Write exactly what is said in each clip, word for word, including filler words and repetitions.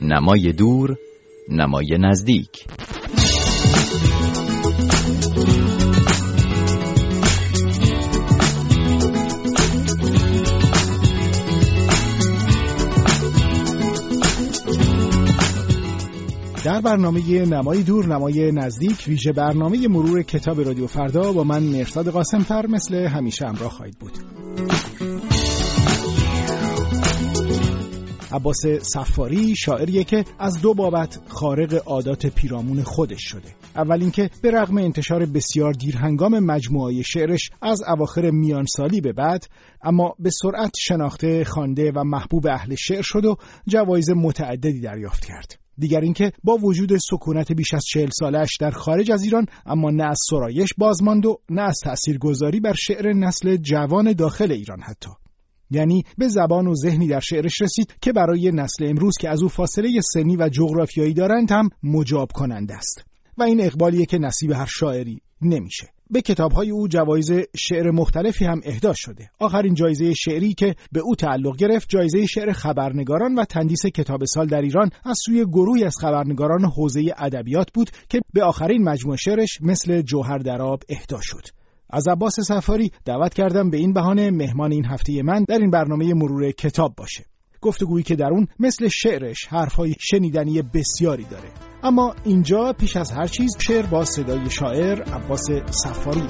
نمای دور، نمای نزدیک. در برنامه نمای دور نمای نزدیک، ویژه برنامه مرور کتاب رادیو فردا، با من مرصاد قاسم‌فر مثل همیشه همراه خواهید بود. عباس صفاری شاعریه که از دو بابت خارق عادات پیرامون خودش شده. اول اینکه به رغم انتشار بسیار دیرهنگام مجموعه شعرش از اواخر میانسالی به بعد، اما به سرعت شناخته، خوانده و محبوب اهل شعر شد و جوایز متعددی دریافت کرد. دیگر اینکه با وجود سکونت بیش از چهل سالش در خارج از ایران، اما نه از سرایش بازماند و نه از تأثیرگذاری بر شعر نسل جوان داخل ایران حتی. یعنی به زبان و ذهنی در شعرش رسید که برای نسل امروز که از او فاصله سنی و جغرافیایی دارند هم مجاب کننده است. و این اقبالیه که نصیب هر شاعری نمیشه. به کتاب‌های او جوایز شعر مختلفی هم اهدا شده. آخرین جایزه شعری که به او تعلق گرفت، جایزه شعر خبرنگاران و تندیس کتاب سال در ایران از سوی گروهی از خبرنگاران حوزه ادبیات بود که به آخرین مجموعه شعرش مثل جوهر در آب اهدا شد. از عباس صفاری دعوت کردم به این بهانه مهمان این هفته من در این برنامه مرور کتاب باشه. گفتگویی که در اون مثل شعرش حرفهای شنیدنی بسیاری داره. اما اینجا پیش از هر چیز شعر با صدای شاعر عباس صفاری.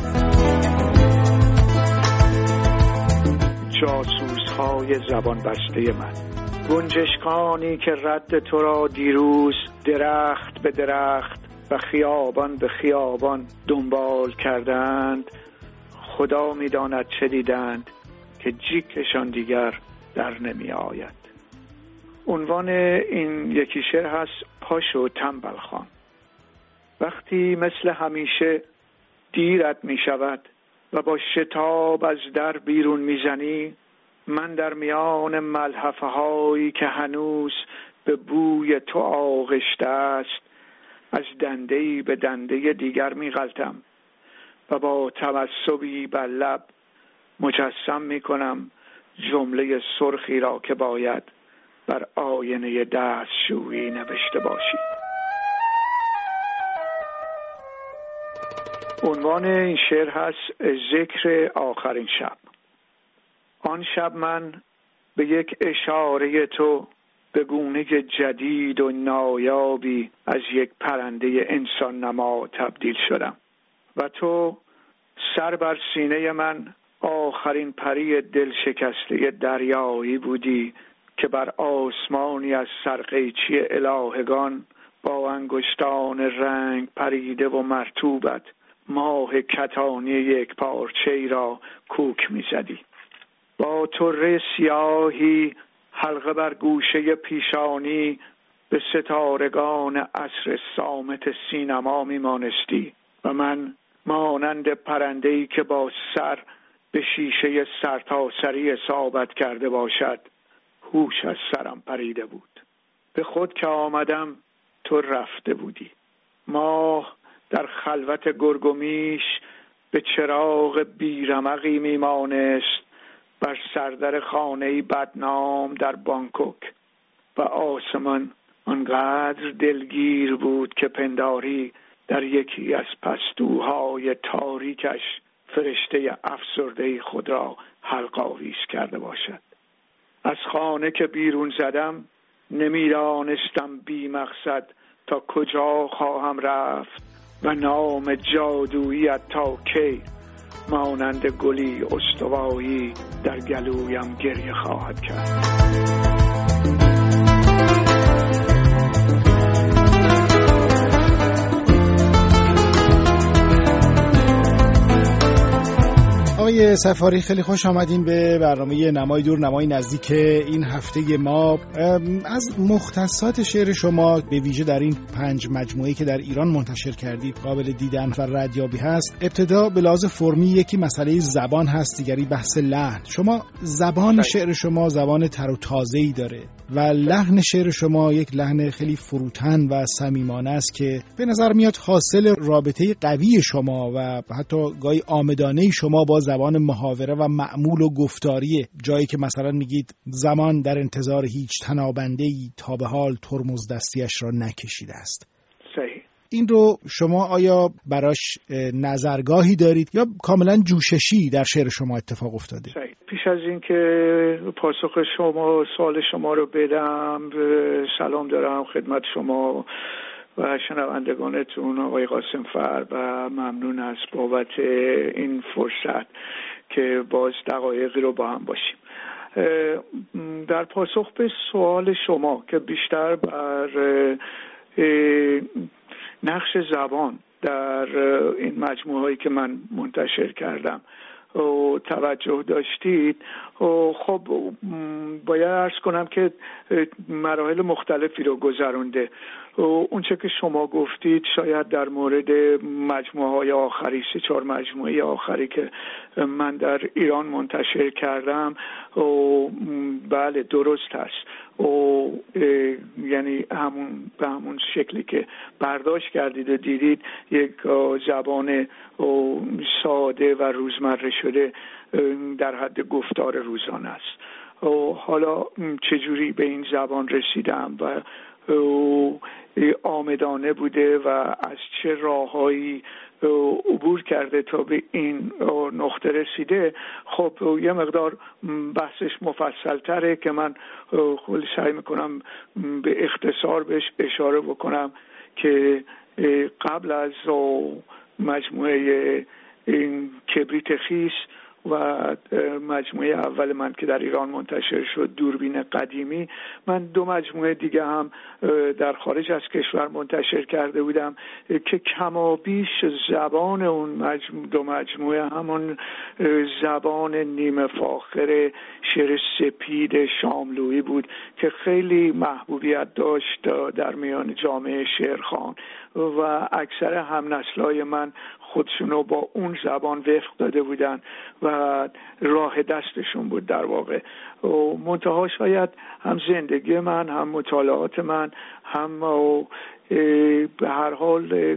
جاسوس‌های زبان بسته من، گنجشکانی که رد تو را دیروز درخت به درخت و خیابان به خیابان دنبال کردند، خدا می‌داند چه دیدند که جیکشان دیگر در نمی آید. عنوان این یکی شعر هست پاشو تنبل خان. وقتی مثل همیشه دیرت می شود و با شتاب از در بیرون می زنی، من در میان ملحفه هایی که هنوز به بوی تو آغشته است، از دنده‌ای به دنده دیگر می غلطم و با تبسمی بر لب مجسم می کنم جمله سرخی را که باید بر آینه دستشویی نوشته باشی. عنوان این شعر هست ذکر آخرین شب. آن شب من به یک اشاره تو به گونه جدید و نایابی از یک پرنده انسان نما تبدیل شدم و تو سر بر سینه من آخرین پری دل شکسته دریایی بودی که بر آسمانی از سرقیچی الهگان با انگشتان رنگ پریده و مرطوبت ماه کتانی یک پارچه‌ای را کوک می‌زدی. با طره سیاهی حلقه بر گوشه پیشانی به ستارگان عصر صامت سینما می‌مانستی و من مانند پرنده‌ای که با سر به شیشه سرتاسری اصابت کرده باشد هوش از سرم پریده بود. به خود که آمدم تو رفته بودی. ماه در خلوت گرگومیش به چراغ بیرمقی میمانست بر سردر خانه‌ای بدنام در بانکوک و آسمان آنقدر دلگیر بود که پنداری در یکی از پستوهای تاریکش فرشته افسرده‌ای خود را حلق‌آویز کرده باشد. از خانه که بیرون زدم نمیدانستم بی مقصد تا کجا خواهم رفت و نام جادویی‌ات تا کی مانند گلی استوایی در گلویم گریه خواهد کرد. آقای صفاری خیلی خوش آمدین به برنامه نمای دور نمای نزدیک این هفته ما. از مختصات شعر شما به ویژه در این پنج مجموعه‌ای که در ایران منتشر کردید قابل دیدن و ردیابی هست. ابتدا به لحاظ فرمی یکی مسئله زبان هست، دیگری بحث لحن. شما زبان شعر شما زبان تر و تازه‌ای داره و لحن شعر شما یک لحن خیلی فروتن و صمیمانه است که به نظر میاد حاصل رابطه قوی شما و حتی گاهی عامدانه شما با زبان زبان محاوره و معمول و گفتاریه، جایی که مثلا میگید زمان در انتظار هیچ تنابنده‌ای تا به حال ترمز دستیش را نکشیده است. صحیح. این رو شما آیا براش نظرگاهی دارید یا کاملا جوششی در شعر شما اتفاق افتاده؟ صحیح. پیش از این که پاسخ شما سوال شما رو بدم، سلام دارم خدمت شما و شنوندگانتون آقای قاسم فر و ممنون از بابت این فرصت که باز دقایقی رو با هم باشیم. در پاسخ به سوال شما که بیشتر بر نقش زبان در این مجموعه هایی که من منتشر کردم و توجه داشتید، خب باید عرض کنم که مراحل مختلفی رو گذرونده. اون چه که شما گفتید شاید در مورد مجموعه های آخری، سه چهار مجموعه آخری که من در ایران منتشر کردم، بله درست هست. و یعنی همون به همون شکلی که برداشت کردید و دیدید یک زبان ساده و روزمره شده در حد گفتار روزانه است. و حالا چجوری به این زبان رسیدم و آمدانه بوده و از چه راههایی عبور کرده تا به این نقطه رسیده، خب یه مقدار بحثش مفصل تره که من خیلی سعی میکنم به اختصار بهش اشاره بکنم که قبل از مجموعه این کبریت خیس و مجموعه اول من که در ایران منتشر شد دوربین قدیمی، من دو مجموعه دیگه هم در خارج از کشور منتشر کرده بودم که کمابیش زبان اون مجموعه دو مجموعه همون زبان نیمه فاخر شعر سپید شاملویی بود که خیلی محبوبیت داشت در میان جامعه شعرخوان و اکثر همنسلای من خودشونو با اون زبان وفق داده بودن و راه دستشون بود در واقع. منتها شاید هم زندگی من، هم مطالعات من، هم به هر حال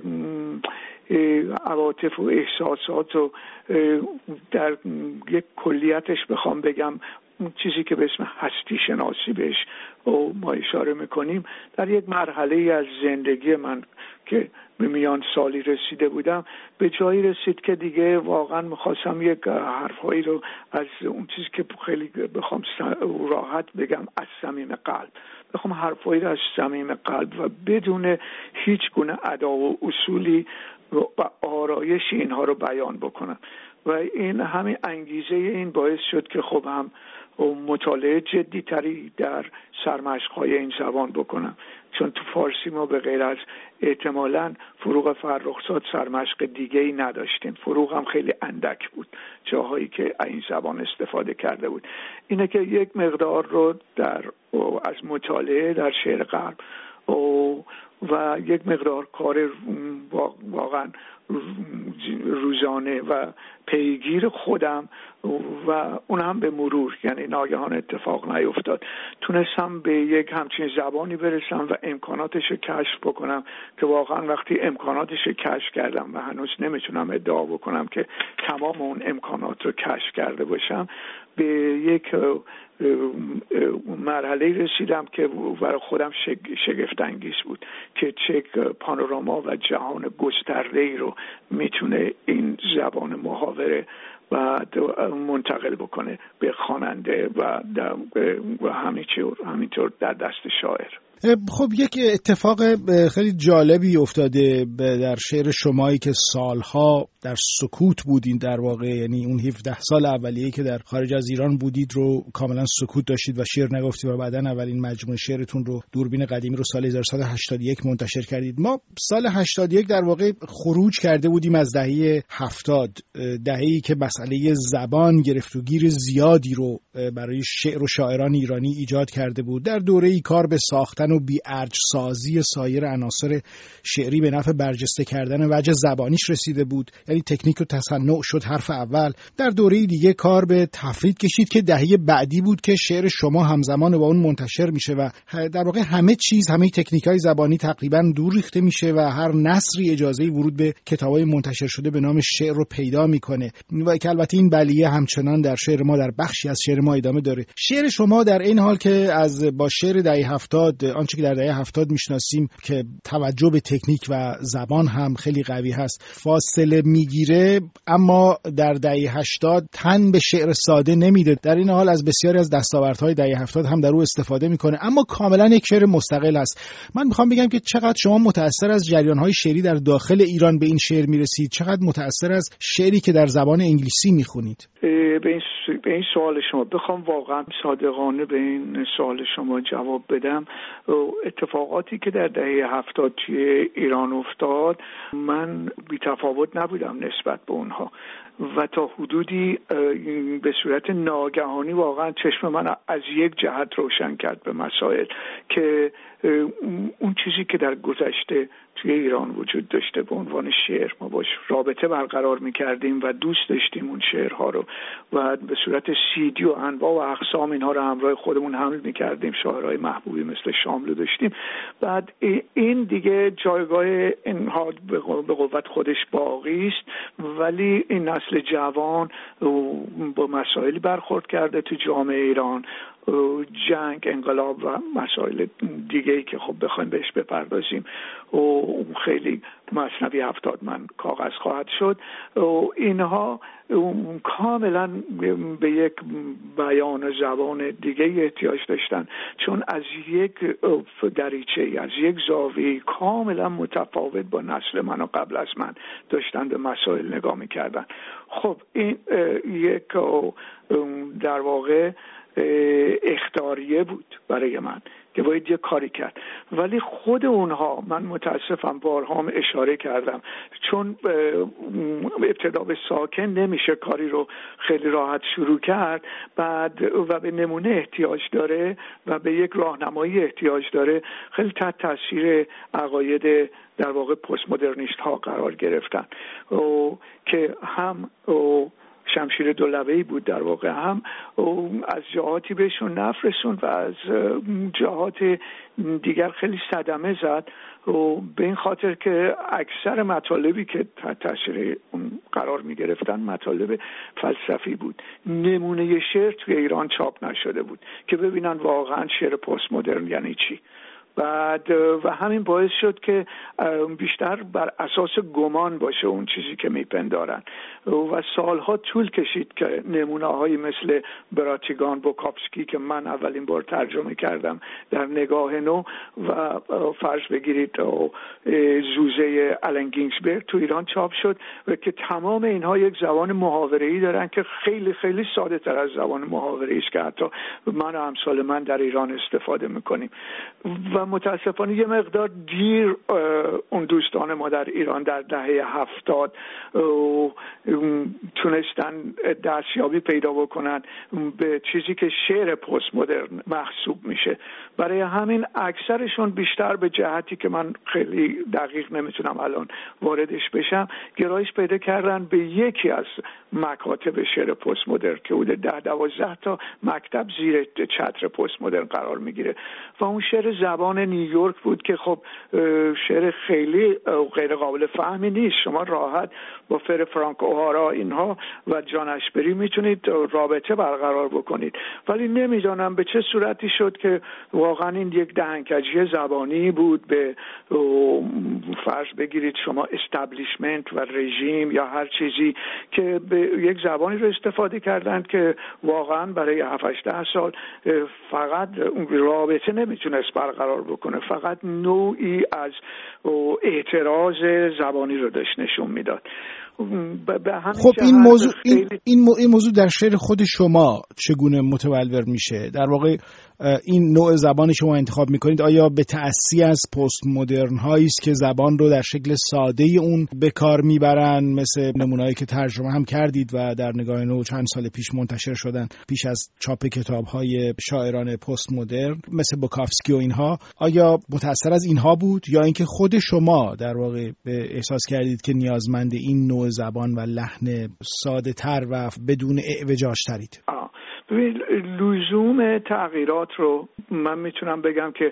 عواطف و احساسات و در یک کلیتش بخوام بگم اون چیزی که به اسم هستی شناسی بهش ما اشاره میکنیم، در یک مرحله از زندگی من که به میان سالی رسیده بودم به جایی رسید که دیگه واقعا میخواستم یک حرفایی رو از اون چیزی که خیلی بخوام راحت بگم از صمیم قلب بخوام حرفایی رو از صمیم قلب و بدون هیچ گونه ادا و اصولی و آرایشی اینها رو بیان بکنم. و این همین انگیزه این باعث شد که خب هم مطالعه جدی تری در سرمشق‌های این زبان بکنم، چون تو فارسی ما به غیر از احتمالاً فروغ فرخزاد سرمشق دیگه ای نداشتیم. فروغ هم خیلی اندک بود جاهایی که این زبان استفاده کرده بود. اینه که یک مقدار رو در از مطالعه در شعر غرب و یک مقدار کار واقعا روزانه و پیگیر خودم و اون هم به مرور، یعنی ناگهان اتفاق نیفتاد، تونستم به یک همچین زبانی برسم و امکاناتش رو کشف بکنم که واقعا وقتی امکاناتش رو کشف کردم و هنوز نمیتونم ادعا بکنم که تمام اون امکانات رو کشف کرده باشم، به یک مرحله رسیدم که برای خودم شگفت انگیز بود که چه پانوراما و جهان گسترده‌ای رو میتونه این زبان محاوره و منتقل بکنه به خواننده و و همینطور در دست شاعر. خب یک اتفاق خیلی جالبی افتاده در شعر شمایی که سالها در سکوت بودین در واقع، یعنی اون هفده سال اولیه‌ای که در خارج از ایران بودید رو کاملا سکوت داشتید و شعر نگفتید و بعداً اولین مجموعه شعرتون رو دوربین قدیمی رو سال هزار و سیصد و هشتاد و یک منتشر کردید. ما سال هشتاد و یک در واقع خروج کرده بودیم از دهه هفتاد، دهه‌ای که مسئله زبان گرفتگیر زیادی رو برای شعر و شاعران ایرانی ایجاد کرده بود. در دوره‌ای کار به ساختن و بی‌ارج سازی سایر عناصر شعری به نفع برجسته کردن وجه زبانیش رسیده بود، یعنی تکنیک و تصنع شد حرف اول. در دوره دیگه کار به تفرید کشید که دهه بعدی بود که شعر شما همزمان با اون منتشر میشه و در واقع همه چیز، همه تکنیک‌های زبانی تقریبا دور ریخته میشه و هر نثری اجازه ورود به کتابای منتشر شده به نام شعر رو پیدا میکنه و که البته این بلیه همچنان در شعر ما، در بخشی از شعر ما ادامه داره. شعر شما در این حال که از با شعر دهه هفتاد، آنچه که در دهه هفتاد میشناسیم که توجه به تکنیک و زبان هم خیلی قوی هست، فاصله میگیره، اما در دهه هشتاد تن به شعر ساده نمیده. در این حال از بسیاری از دستاوردهای دهه هفتاد هم در او استفاده میکنه، اما کاملا یک شعر مستقل هست. من میخوام بگم که چقدر شما متأثر از جریان‌های شعری در داخل ایران به این شعر میرسید، چقدر متأثر از شعری که در زبان انگلیسی میخونید؟ به این, به این سوال شما بخوام واقعا صادقانه به این سوال شما جواب بدم، اتفاقاتی که در دهه هفتاد توی ایران افتاد من بی‌تفاوت نبودم نسبت به اونها و تا حدودی به صورت ناگهانی واقعا چشم من از یک جهت روشن کرد به مسائل که اون چیزی که در گذشته توی ایران وجود داشته به عنوان شعر ما باش رابطه برقرار می‌کردیم و دوست داشتیم اون شعرها رو و به صورت سیدی و انواع و اقسام اینها رو همراه خودمون حمل می‌کردیم. شاعرای محبوبی مثل شاملو داشتیم. بعد این دیگه جایگاه اینها به قوت خودش باقی است، ولی این نسل جوان با مسائلی برخورد کرده تو جامعه ایران، جنگ، انقلاب و مسائل دیگه‌ای که خب بخوایم بهش بپردازیم و خیلی مثنوی هفتاد من کاغذ خواهد شد، اینها کاملا به یک بیان زبان دیگه احتیاج داشتن، چون از یک دریچه، از یک زاویه کاملا متفاوت با نسل من و قبل از من داشتن به مسائل نگاه می‌کردن. خب این یک در واقع اختیاریه بود برای من که باید یه کاری کرد، ولی خود اونها، من متاسفم بارها هم اشاره کردم، چون ابتدا به ساکن نمیشه کاری رو خیلی راحت شروع کرد، بعد و به نمونه احتیاج داره و به یک راهنمایی احتیاج داره، خیلی تحت تاثیر عقاید در واقع پست مدرنیست ها قرار گرفتن که هم شمشیر دولبه‌ای بود در واقع، هم از جهاتی بهشون نفع رسوند و از جهات دیگر خیلی صدمه زد و به این خاطر که اکثر مطالبی که تحت تاثیر اون قرار می گرفتن مطالب فلسفی بود. نمونه شعر توی ایران چاپ نشده بود که ببینن واقعا شعر پست مدرن یعنی چی. بعد و همین باعث شد که بیشتر بر اساس گمان باشه اون چیزی که میپندارن و سالها طول کشید که نمونه‌هایی مثل براتیگان، بوکافسکی که من اولین بار ترجمه کردم در نگاه نو و فرض بگیرید زوزه آلن گینزبرگ تو ایران چاپ شد و که تمام اینها یک زبان محاوره‌ای دارن که خیلی خیلی ساده تر از زبان محاوره‌ای است که حتی من و امثال من در ایران استفاده میکنیم. و متاسفانه یه مقدار دیر اون دوستان ما در ایران در دهه هفتاد تونستن دستیابی پیدا بکنن به چیزی که شعر پست مدرن محسوب میشه. برای همین اکثرشون بیشتر به جهتی که من خیلی دقیق نمیتونم الان واردش بشم گرایش پیدا کردن به یکی از مکاتب شعر پست مدرن که بوده ده دوازده تا مکتب زیر چتر پست مدرن قرار میگیره و اون شعر زبان نیویورک بود که خب شعر خیلی غیر قابل فهمی نیست. شما راحت با فر فرانک اوهارا اینها و جان اشبری میتونید رابطه برقرار بکنید، ولی نمیدانم به چه صورتی شد که واقعا این یک دهنکجی زبانی بود به فرض بگیرید شما استابلیشمنت و رژیم یا هر چیزی که به یک زبانی رو استفاده کردند که واقعا برای هفت هشت سال فقط رابطه نمیتونست برقرار بکنه، فقط نوعی از اعتراض زبانی رو داشت نشون میداد. خب این موضوع این, این موضوع در شعر خود شما چگونه متبلور میشه؟ در واقع این نوع زبانی شما انتخاب میکنید آیا به تأسی از پست مدرن هایی است که زبان رو در شکل ساده اون به کار میبرن، مثل نمونه‌ای که ترجمه هم کردید و در نگاه نو چند سال پیش منتشر شدن پیش از چاپ کتاب‌های شاعران پست مدرن مثل بوکافسکی و اینها؟ آیا متأثر از اینها بود یا اینکه خود شما در واقع به احساس کردید که نیازمند این نوع زبان و لحن ساده تر و بدون اعوجاج ترید؟ لزوم تغییرات رو من میتونم بگم که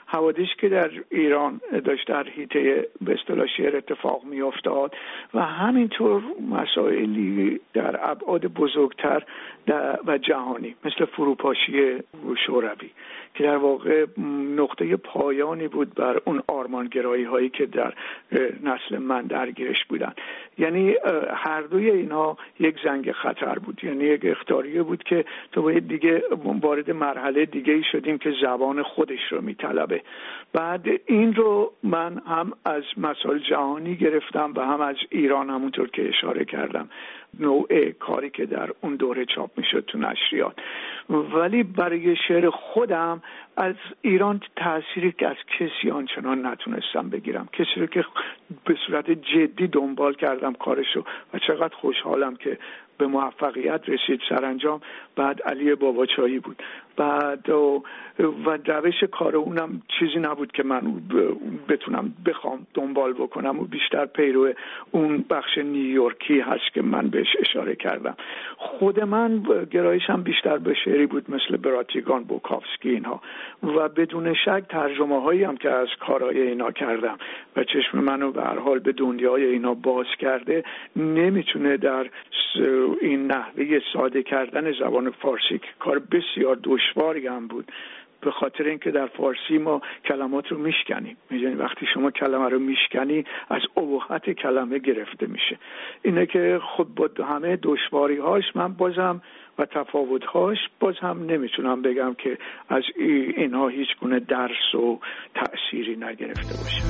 حوادثی که در ایران داشت در حیطه به اصطلاح شعر اتفاق می افتاد و همینطور مسائلی در ابعاد بزرگتر و جهانی مثل فروپاشی شوروی که در واقع نقطه پایانی بود بر اون آرمانگرایی هایی که در نسل من درگیرش بودن. یعنی هر دوی اینا یک زنگ خطر بود، یعنی یک اخطاریه بود که تو باید دیگه وارد مرحله دیگه ای شدیم که زبان خودش رو میطلبه. بعد این رو من هم از مسائل جهانی گرفتم و هم از ایران، همونطور که اشاره کردم نوع کاری که در اون دوره چاپ میشد تو نشریات. ولی برای شعر خودم از ایران تأثیری که از کسی آنچنان نتونستم بگیرم، کسی رو که به صورت جدی دنبال کردم کارشو و چقدر خوشحالم که به موفقیت رسید سرانجام بعد علی باباچایی بود. بعد و, و روش کار اونم چیزی نبود که من بتونم بخوام دنبال بکنم و بیشتر پیرو اون بخش نیویورکی هست که من بهش اشاره کردم. خود من گرایشم بیشتر به شعری بود مثل براتیگان، بوکافسکی اینها و بدون شک ترجمه هایی هم که از کارهای اینا کردم و چشم منو به هر حال به دنیای اینا باز کرده نمیتونه در این نحوه ساده کردن زبان فارسی که کار بسیار دشواری هم بود، به خاطر اینکه در فارسی ما کلمات رو میشکنیم. میدونی وقتی شما کلمه رو میشکنی از ابهت کلمه گرفته میشه. اینه که خود با همه دشواری هاش من بازم و تفاوت هاش باز هم نمیتونم بگم که از اینها هیچ گونه درس و تأثیری نگرفته باشه.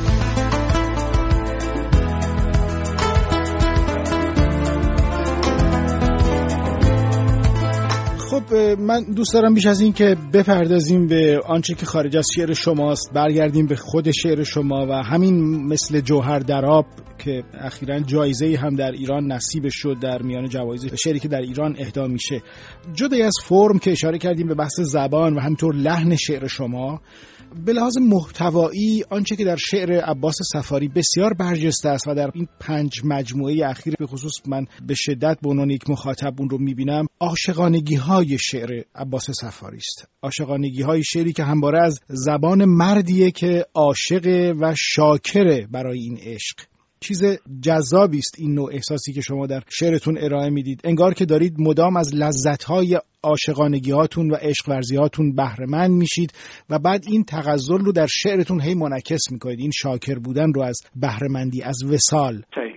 خب من دوست دارم بیش از این که بپردازیم به آنچه که خارج از شعر شماست برگردیم به خود شعر شما و همین مثل جوهر در آب که اخیراً جایزه‌ای هم در ایران نصیبش شد در میان جوایز شعری که در ایران اهدا میشه. جدای از فرم که اشاره کردیم به بحث زبان و همینطور لحن شعر شما، به لحاظ محتوایی آنچه که در شعر عباس صفاری بسیار برجسته است و در این پنج مجموعه اخیر به خصوص من به شدت به عنوان یک مخاطب اون رو میبینم، عاشقانگی‌های شعر عباس صفاری است. عاشقانگی‌های شعری که همواره از زبان مردیه که عاشق و شاکره برای این عشق. چیز جذابی است این نوع احساسی که شما در شعرتون ارائه میدید. انگار که دارید مدام از لذت‌های عاشقانگی‌هاتون و عشق ورزی‌هاتون بهره مند میشید و بعد این تغزل رو در شعرتون هی منعکس میکنید، این شاکر بودن رو از بهره مندی، از وصال.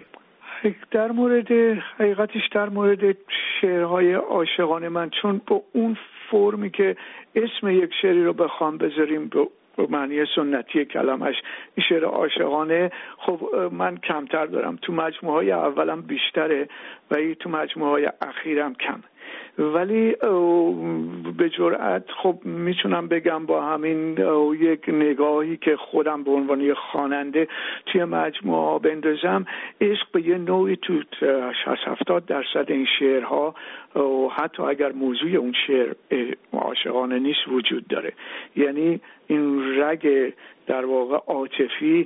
در مورد حقیقتش در مورد شعرهای عاشقانه من، چون با اون فرمی که اسم یک شعری رو بخوام بذاریم به معنی سنتی کلمش شعر عاشقانه، خب من کمتر دارم. تو مجموعه های اولم بیشتره و تو مجموعه های اخیرم کم، ولی به جرئت خب میتونم بگم با همین یک نگاهی که خودم به عنوان خواننده توی مجموعه بندازم، عشق به یه نوعی تو شصت هفتاد درصد این شعرها حتی اگر موضوع اون شعر عاشقانه نیست وجود داره. یعنی این رگ در واقع عاطفی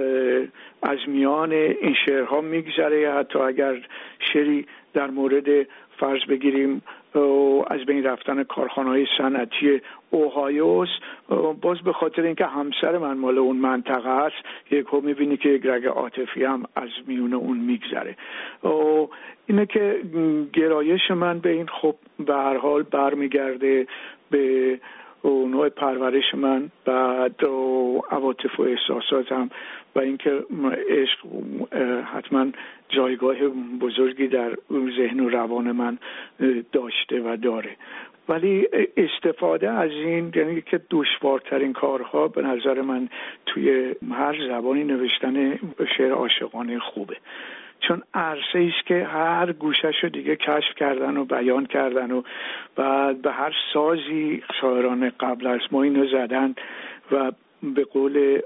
از میان این شعرها میگذره، حتی اگر شعری در مورد فرض بگیریم از بین رفتن کارخانه‌های صنعتی اوهایوس، باز به خاطر اینکه همسر من مال اون منطقه است یکو میبینی که یک رگ عاطفی هم از میون اون میگذره. اینه که گرایش من به این خب به هر حال برمیگرده به نوع پرورش من، بعد عواطف و احساساتم و اینکه عشق حتما جایگاه بزرگی در ذهن و روان من داشته و داره. ولی استفاده از این، یعنی که دشوارترین کارها به نظر من توی هر زبانی نوشتن شعر عاشقانه خوبه، چون عرصه ایست که هر گوشش رو دیگه کشف کردن و بیان کردن و بعد به هر سازی شاعران قبل از ما اینو زدن و به قول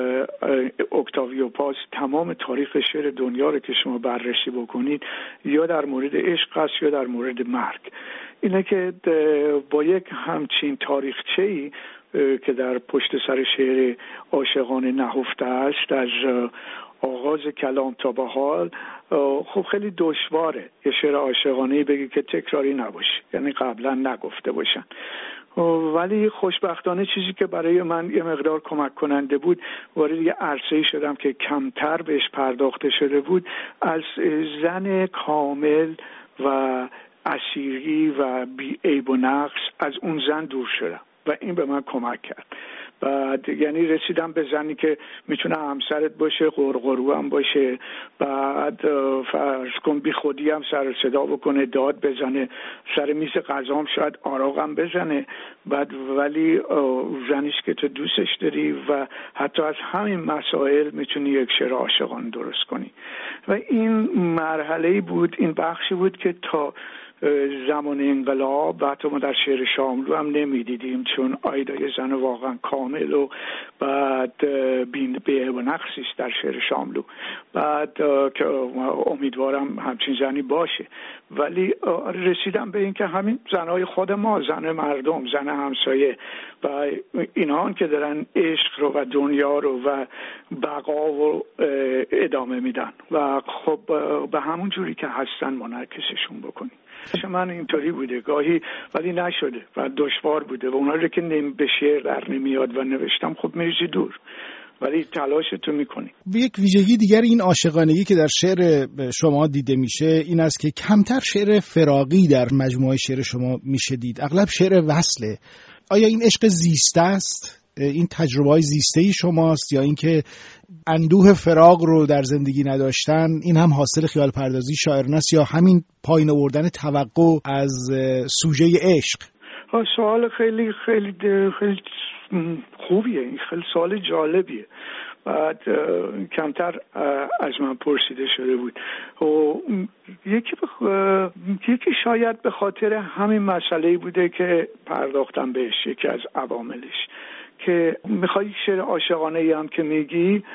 اکتاویو پاز تمام تاریخ شعر دنیا رو که شما بررسی بکنید یا در مورد عشق است یا در مورد مرگ. اینه که با یک همچین تاریخچه‌ای که در پشت سر شعر عاشقانه نهفته است از آغاز کلام تا به حال، خب خیلی دشواره یه شعر عاشقانه‌ای بگی که تکراری نباشه، یعنی قبلا نگفته باشن. ولی خوشبختانه چیزی که برای من یه مقدار کمک کننده بود، وارد یه عرصه‌ای شدم که کمتر بهش پرداخته شده بود، از زن کامل و اسیری و بی عیب و نقص از اون زن دور شدم و این به من کمک کرد. بعد یعنی رسیدم به زنی که میتونه همسرت باشه، غرغرو هم باشه، بعد فرض کن بی خودی هم سر صدا بکنه، داد بزنه، سر میز غذام شاید آراغم بزنه، بعد ولی زنیش که تو دوستش داری و حتی از همین مسائل میتونی یک شعر عاشقانه درست کنی. و این مرحله بود، این بخشی بود که تا زمان انقلاب و حتی ما در شعر شاملو هم نمیدیدیم، چون آیدای زن واقعا کامل و بعد بین به و نقصیش در شعر شاملو، بعد که امیدوارم همچین زنی باشه. ولی رسیدم به این که همین زنهای خود ما، زن مردم، زن همسایه و اینها که دارن عشق رو و دنیا رو و بقا و ادامه میدن و خب به همون جوری که هستن منعکسشون بکنیم. من اینطوری بوده گاهی، ولی نشده و دشوار بوده و اونها رو که نم به شعر در نمیاد و نوشتم خب میریزی دور، ولی تلاشتو میکنی. یک ویژگی دیگر این عاشقانگی که در شعر شما دیده میشه این است که کمتر شعر فراقی در مجموعه شعر شما میشه دید، اغلب شعر وصله. آیا این عشق زیسته است؟ این تجربه‌های زیسته‌ای شماست یا اینکه اندوه فراق رو در زندگی نداشتن این هم حاصل خیال پردازی شاعرانه است یا همین پایین آوردن توقع از سوژه عشق؟ سوال خیلی خیلی خیلی خوبیه، این خیلی سوال جالبیه. بعد کمتر از من پرسیده شده بود و یکی بخ... یکی شاید به خاطر همین مسئله بوده که پرداختم بهش، یکی از عواملش که میخوای شعر عاشقانه ای هم که میگی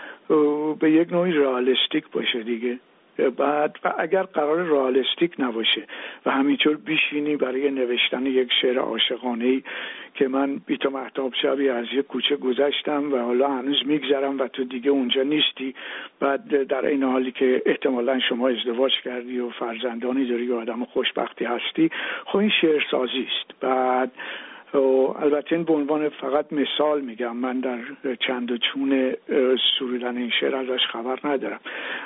به یک نوعی رئالیستیک باشه دیگه. بعد و اگر قرار رئالیستیک نباشه و همینطور بیشینی برای نوشتن یک شعر عاشقانه‌ای که من بی تو مهتاب شبی از یک کوچه گذشتم و حالا هنوز میگذرم و تو دیگه اونجا نیستی، بعد در این حالی که احتمالاً شما ازدواج کردی و فرزندانی داری و آدم خوشبختی هستی، خب این شعر سازی است. بعد و البته این به عنوان فقط مثال میگم، من در چند و چون سرودن این شعر ازش خبر ندارم،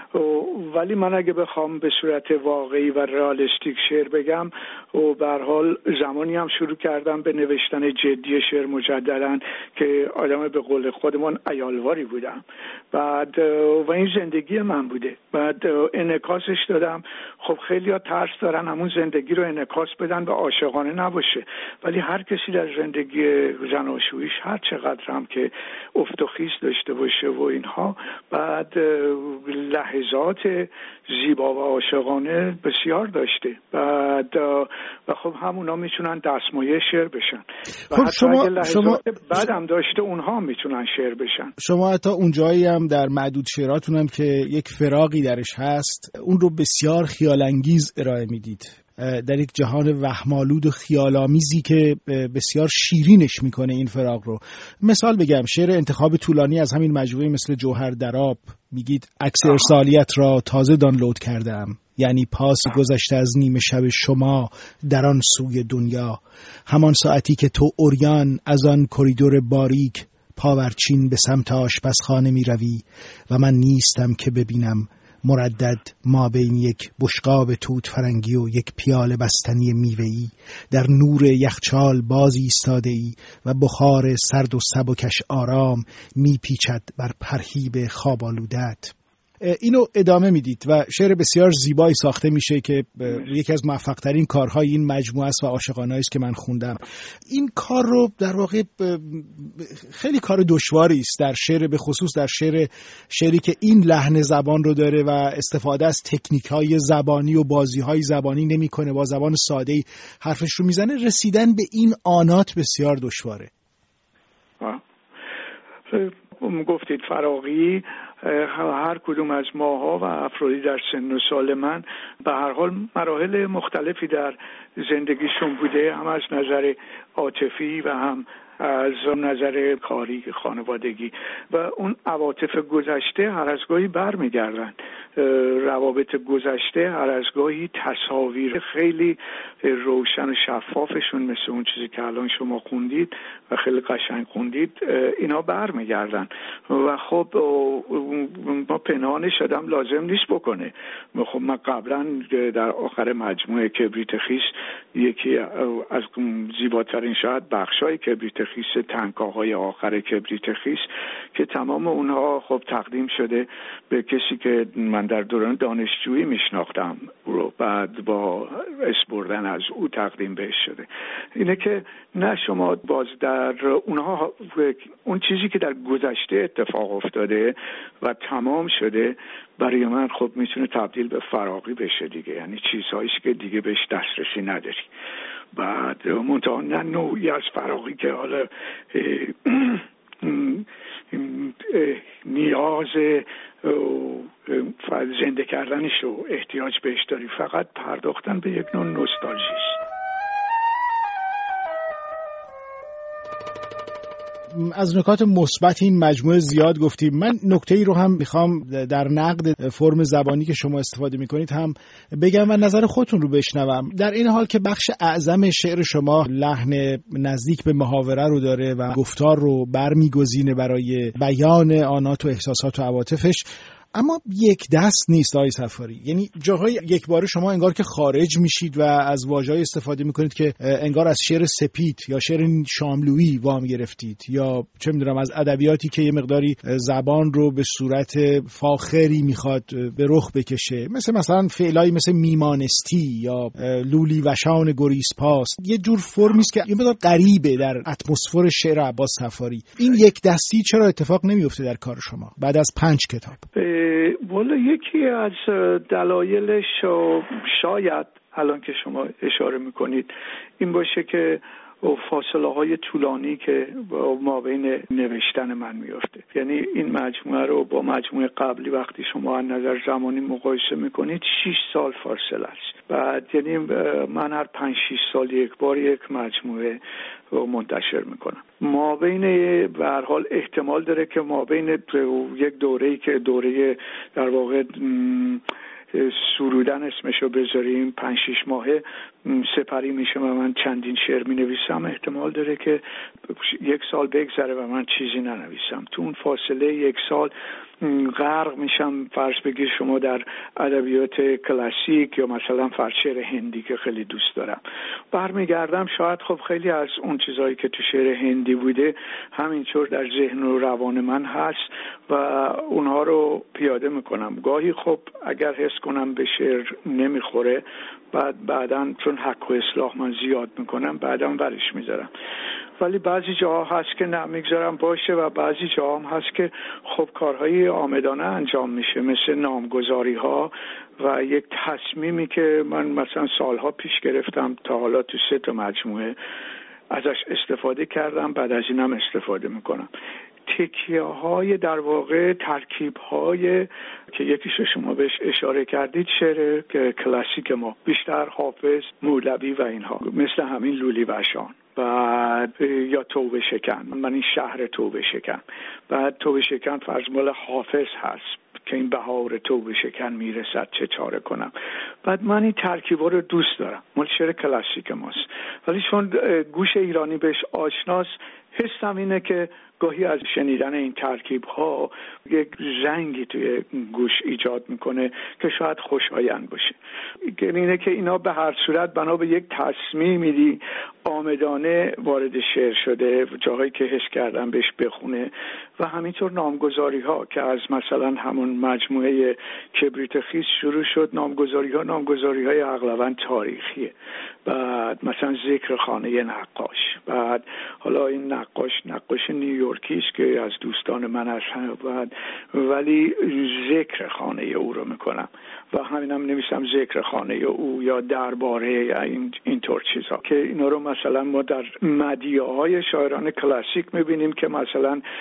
ولی من اگه بخوام به صورت واقعی و رئالیستیک شعر بگم و به هر حال زمانی هم شروع کردم به نوشتن جدی شعر مجددا که آدم به قول خودمون عیالواری بودم، بعد و این زندگی من بوده، بعد انعکاسش دادم. خب خیلی ها ترس دارن همون زندگی رو انعکاس بدن و عاشقانه نباشه، ولی هر کسی در زندگی زناشوییش هر چقدر هم که افت و خیز داشته باشه و اینها، بعد لحظات زیبا و عاشقانه بسیار داشته، بعد و خب همونا میتونن دستمایه شعر بشن و خب حتی شما اگه لحظات شما بعد هم داشته اونها میتونن شعر بشن. شما حتی اونجایی هم در معدود شعراتون هم که یک فراقی درش هست اون رو بسیار خیالانگیز ارائه میدید، در یک جهان وهم‌آلود و خیال‌آمیزی که بسیار شیرینش میکنه این فراق رو. مثال بگم، شعر انتخاب طولانی از همین مجموعه مثل جوهر دراب میگید عکس ارسالیت را تازه دانلود کردم، یعنی پاس گذشته از نیمه شب شما در آن سوی دنیا، همان ساعتی که تو عریان از آن کریدور باریک پاورچین به سمت آشپزخانه می روی و من نیستم که ببینم مردد ما بین یک بشقاب توت فرنگی و یک پیاله بستنی میوه‌ای در نور یخچال باز ایستاده ای و بخار سرد و سبکش آرام میپیچد بر پرهیب خواب آلودت. اینو ادامه میدید و شعر بسیار زیبایی ساخته میشه که یکی از موفق ترین کارهای این مجموعه است و عاشقانه است که من خوندم. این کار رو در واقع خیلی کار دشواری است در شعر، به خصوص در شعر شعری که این لحن زبان رو داره و استفاده از تکنیک‌های زبانی و بازی‌های زبانی نمی‌کنه، با زبان ساده‌ای حرفش رو میزنه. رسیدن به این آنات بسیار دشواره. گفتید فراقی، هر کدوم از ماها و افرادی در سن و سال من به هر حال مراحل مختلفی در زندگیشون بوده، هم از نظر عاطفی و هم از نظر کاری خانوادگی و اون عواطف گذشته هر از گاهی برمیگردن. روابط گذشته هر از گاهی تصاویر خیلی روشن و شفافشون مثل اون چیزی که الان شما خوندید و خیلی قشنگ خوندید اینا برمیگردن و خب ما پنهانش آدم لازم نیست بکنه. خب من قبلا در آخر مجموعه کبریت خیس یکی از زیباترین شاید بخشای کبریت خیس تنکاهای آخر کبریت خیس که تمام اونها خب تقدیم شده به کسی که من در دوران دانشجویی میشناختم رو بعد با اسپردن از او تقدیم بهش شده. اینه که نه شما باز در اونها اون چیزی که در گذشته اتفاق افتاده و تمام شده برای من خب میتونه تبدیل به فراغی بشه دیگه، یعنی چیزهایی که دیگه بهش دسترسی نداری. بعد منتها نه نوعی از فراغی که حالا نیاز زنده کردنش و احتیاج بهش داری، فقط پرداختن به یک نوع نوستالژی است. از نکات مثبت این مجموعه زیاد گفتیم. من نکته‌ای رو هم میخوام در نقد فرم زبانی که شما استفاده میکنید هم بگم و نظر خودتون رو بشنوم. در این حال که بخش اعظم شعر شما لحن نزدیک به محاوره رو داره و گفتار رو برمیگزینه برای بیان آنات و احساسات و عواطفش، اما یک دست نیست آقای صفاری. یعنی جاهای یک باره شما انگار که خارج میشید و از واژه‌ای استفاده میکنید که انگار از شعر سپید یا شعر شاملویی وام گرفتید یا چه میدونم از ادبیاتی که یه مقداری زبان رو به صورت فاخری میخواد به رخ بکشه، مثل مثلا فعلایی مثل میمانستی یا لولی وشان گریزپاست. یه جور فرمی است که یه مقدار غریبه در اتمسفر شعر عباس صفاری. این یک دستی چرا اتفاق نمیفته در کار شما بعد از پنج کتاب؟ والا یکی از دلایلش شاید الان که شما اشاره میکنید این باشه که فاصله های طولانی که ما بین نوشتن من میفته. یعنی این مجموعه رو با مجموعه قبلی وقتی شما از نظر زمانی مقایسه میکنید شش سال فاصله است. بعد یعنی من هر پنج شش سال یک بار یک مجموعه منتشر میکنم. ما بین به هر حال احتمال داره که ما بین یک دوره‌ای که دوره در واقع سرودن اسمشو بذاریم پنج شش ماهه سپری میشه و من چندین شعر می نویسم، احتمال داره که یک سال بگذره و من چیزی ننویسم. تو اون فاصله یک سال غرق میشم فرض بگیر شما در ادبیات کلاسیک یا مثلا فرض شعر هندی که خیلی دوست دارم، برمیگردم شاید خب خیلی از اون چیزایی که تو شعر هندی بوده همینطور در ذهن و روان من هست و اونها رو پیاده میکنم. گاهی خب اگر حس کنم به شعر نمیخوره بعد بعداً چون حق و اصلاح من زیاد میکنم بعداً ورش میذارم. ولی بعضی جاها هست که نمیگذارم باشه و بعضی جاها هم هست که خب کارهای آمدانه انجام میشه، مثل نامگذاری ها و یک تصمیمی که من مثلا سالها پیش گرفتم تا حالا تو سه تا مجموعه ازش استفاده کردم، بعد از اینم استفاده میکنم. تکیه های در واقع ترکیب های که یکیشو شما بهش اشاره کردید شعر کلاسیک ما، بیشتر حافظ، مولوی و اینها، مثل همین لولی وشان بعد یا توبه شکن، من این شهر توبه شکن، بعد توبه شکن فرض مال حافظ هست که این بهار توبه شکن میرسد چه چاره کنم. بعد من این ترکیبا رو دوست دارم، مال شعر کلاسیک ماست، ولی چون گوش ایرانی بهش آشناست حسم اینه که گاهی از شنیدن این ترکیب ها یک زنگی توی گوش ایجاد میکنه که شاید خوشایند باشه. اینه که اینا به هر صورت بنا به یک تصمیمی آمدانه وارد شعر شده، جاهایی که حس کردم بهش بخونه و همینطور نامگذاری ها که از مثلا همون مجموعه کبریت خیس شروع شد. نامگذاری ها نامگذاری های اغلبا تاریخیه. بعد مثلا ذکر خانه نقاش، بعد حالا این نقاش نقاش نیویورکی است که از دوستان من هست، بعد ولی ذکر خانه او رو میکنم و همینم نویسم ذکر خانه او یا درباره این اینطور چیزا که اینا رو مثلا ما در مدیحه‌های شاعران کلاسیک میبینیم که مثلا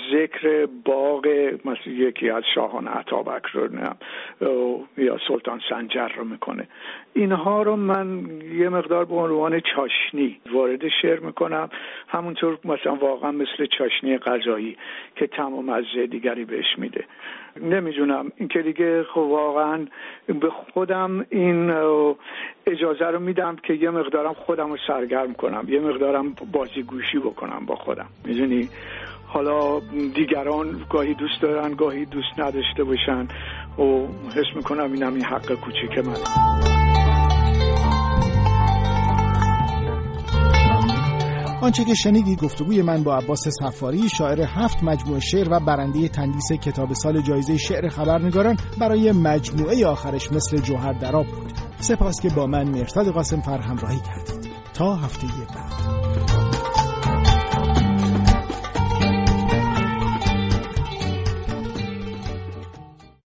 ذکر باغ مثلا یکی از شاهان اتابک رو یا سلطان سنجر رو میکنه. اینها رو من یه مقدار به عنوان چاشنی وارد شعر میکنم، همونطور مثلا واقعا مثل چاشنی غذایی که طعم و مزه دیگری بهش میده. نمیدونم این که دیگه خب واقعا به خودم این اجازه رو میدم که یه مقدارم خودم رو سرگرم کنم، یه مقدارم بازیگوشی بکنم با خودم. میدونی حالا دیگران گاهی دوست دارن گاهی دوست نداشته باشن و حس میکنم اینم این حق کوچیک منه. آنچه که شنیدید گفتگوی من با عباس صفاری، شاعر هفت مجموعه شعر و برنده تندیس کتاب سال جایزه شعر خبرنگاران برای مجموعه آخرش مثل جوهر درآب بود. سپاس که با من مرتضی قاسم فر همراهی کردید. تا هفته بعد.